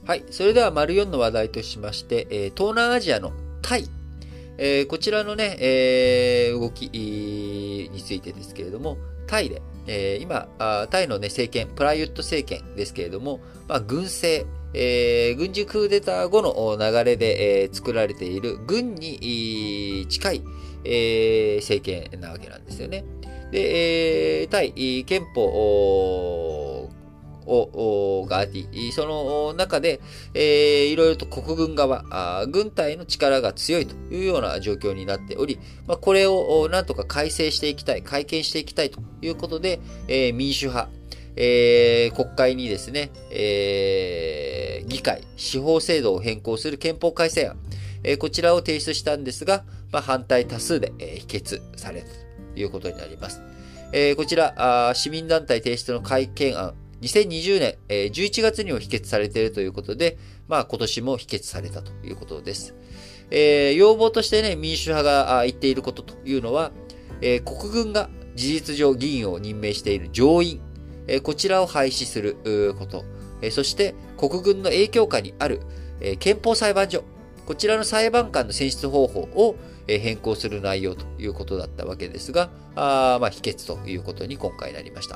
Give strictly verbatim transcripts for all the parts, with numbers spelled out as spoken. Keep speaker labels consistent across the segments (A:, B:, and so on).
A: はい。それでは、丸よんの話題としまして、えー、東南アジアのタイ。えー、こちらのね、えー、動きについてですけれども、タイで、えー、今あ、タイのね、政権、プラユット政権ですけれども、まあ、軍政、えー、軍事クーデター後の流れで、えー、作られている軍に近い、えー、政権なわけなんですよね。で、えー、タイ憲法を、があり、その中で、えー、いろいろと国軍側、軍隊の力が強いというような状況になっており、まあ、これをなんとか改正していきたい、改憲していきたいということで、えー、民主派、えー、国会にですね、えー、議会、司法制度を変更する憲法改正案、えー、こちらを提出したんですが、まあ、反対多数で、えー、否決されたということになります。えー、こちらあ、市民団体提出の改憲案、にせんにじゅうねん、えー、じゅういちがつにも否決されているということで、まあ今年も否決されたということです。えー、要望としてね、民主派が言っていることというのは、えー、国軍が事実上議員を任命している上院、えー、こちらを廃止すること、えー、そして国軍の影響下にある、えー、憲法裁判所、こちらの裁判官の選出方法を変更する内容ということだったわけですが、あまあ否決ということに今回なりました。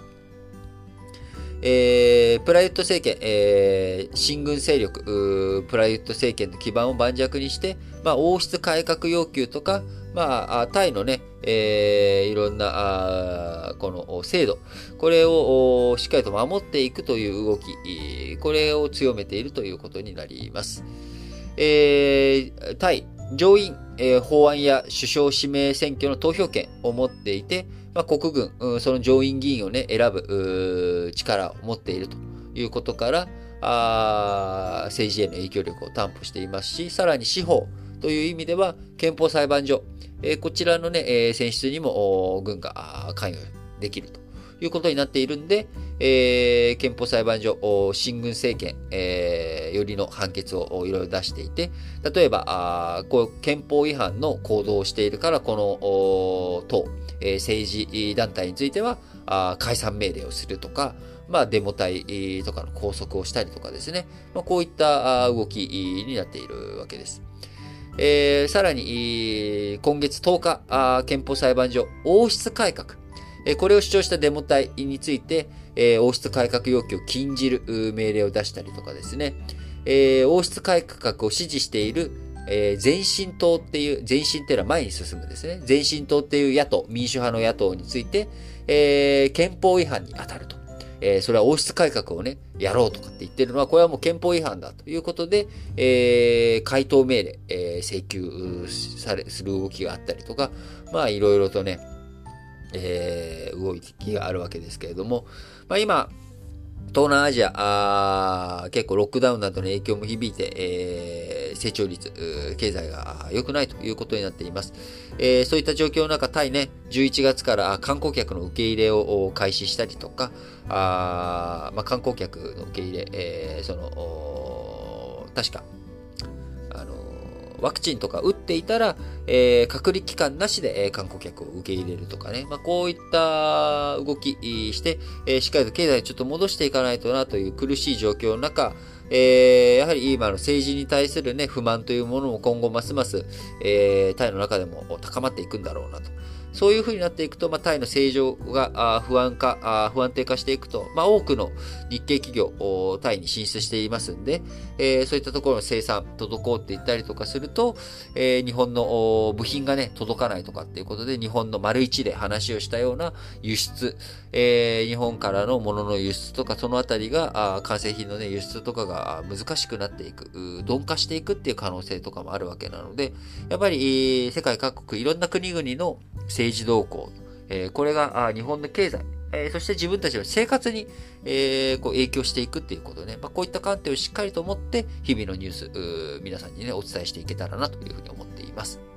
A: えー、プラユット政権、えー、親軍勢力、プラユット政権の基盤を盤石にして、まあ、王室改革要求とか、まあ、タイのね、えー、いろんな、この制度、これをしっかりと守っていくという動き、これを強めているということになります。えー、タイ、上院、えー、法案や首相指名選挙の投票権を持っていて、まあ、国軍、うん、その上院議員をね、選ぶ力を持っているということから、あ政治への影響力を担保していますし、さらに司法という意味では、憲法裁判所、えー、こちらのね、えー、選出にも軍が関与できるということになっているんで、えー、憲法裁判所、親軍政権、えー、よりの判決をいろいろ出していて、例えば、あこう憲法違反の行動をしているから、この党、えー、政治団体についてはあ解散命令をするとか、まあ、デモ隊とかの拘束をしたりとかですね、まあ、こういった動きになっているわけです。えー、さらに、今月とおか、あ憲法裁判所、王室改革、えー、これを主張したデモ隊について、えー、王室改革要求を禁じる命令を出したりとかですね、えー、王室改革を支持しているえー、前進党っていう、前進っていうのは前に進むんですね。前進党っていう野党、民主派の野党について、えー、憲法違反に当たると。えー、それは王室改革をね、やろうとかって言ってるのは、これはもう憲法違反だということで、えー、回答命令、えー、請求され、する動きがあったりとか、まあいろいろとね、えー、動きがあるわけですけれども、まあ今、東南アジア、あ結構ロックダウンなどの影響も響いて、えー、成長率、経済が良くないということになっています。えー、そういった状況の中、タイね、じゅういちがつから観光客の受け入れを開始したりとか、あまあ、観光客の受け入れ、えー、その、確か、あの、ワクチンとか打っていたら、えー、隔離期間なしで、えー、観光客を受け入れるとかね。まあ、こういった動きして、えー、しっかりと経済をちょっと戻していかないとなという苦しい状況の中、えー、やはり今の政治に対するね、不満というものも今後ますます、えー、タイの中でも高まっていくんだろうなと。そういう風になっていくと、まあ、タイの政情が不安化、不安定化していくと、まあ、多くの日系企業、タイに進出していますんで、えー、そういったところの生産、滞っていったりとかすると、えー、日本の部品がね、届かないとかっていうことで、日本の丸一で話をしたような輸出、えー、日本からのものの輸出とか、そのあたりが、完成品のね、輸出とかが難しくなっていく、鈍化していくっていう可能性とかもあるわけなので、やっぱり、世界各国、いろんな国々の政治動向、えー、これが日本の経済、えー、そして自分たちの生活に、えー、こう影響していくっていうことね、まあ、こういった観点をしっかりと持って日々のニュース、皆さんにね、お伝えしていけたらなというふうに思っています。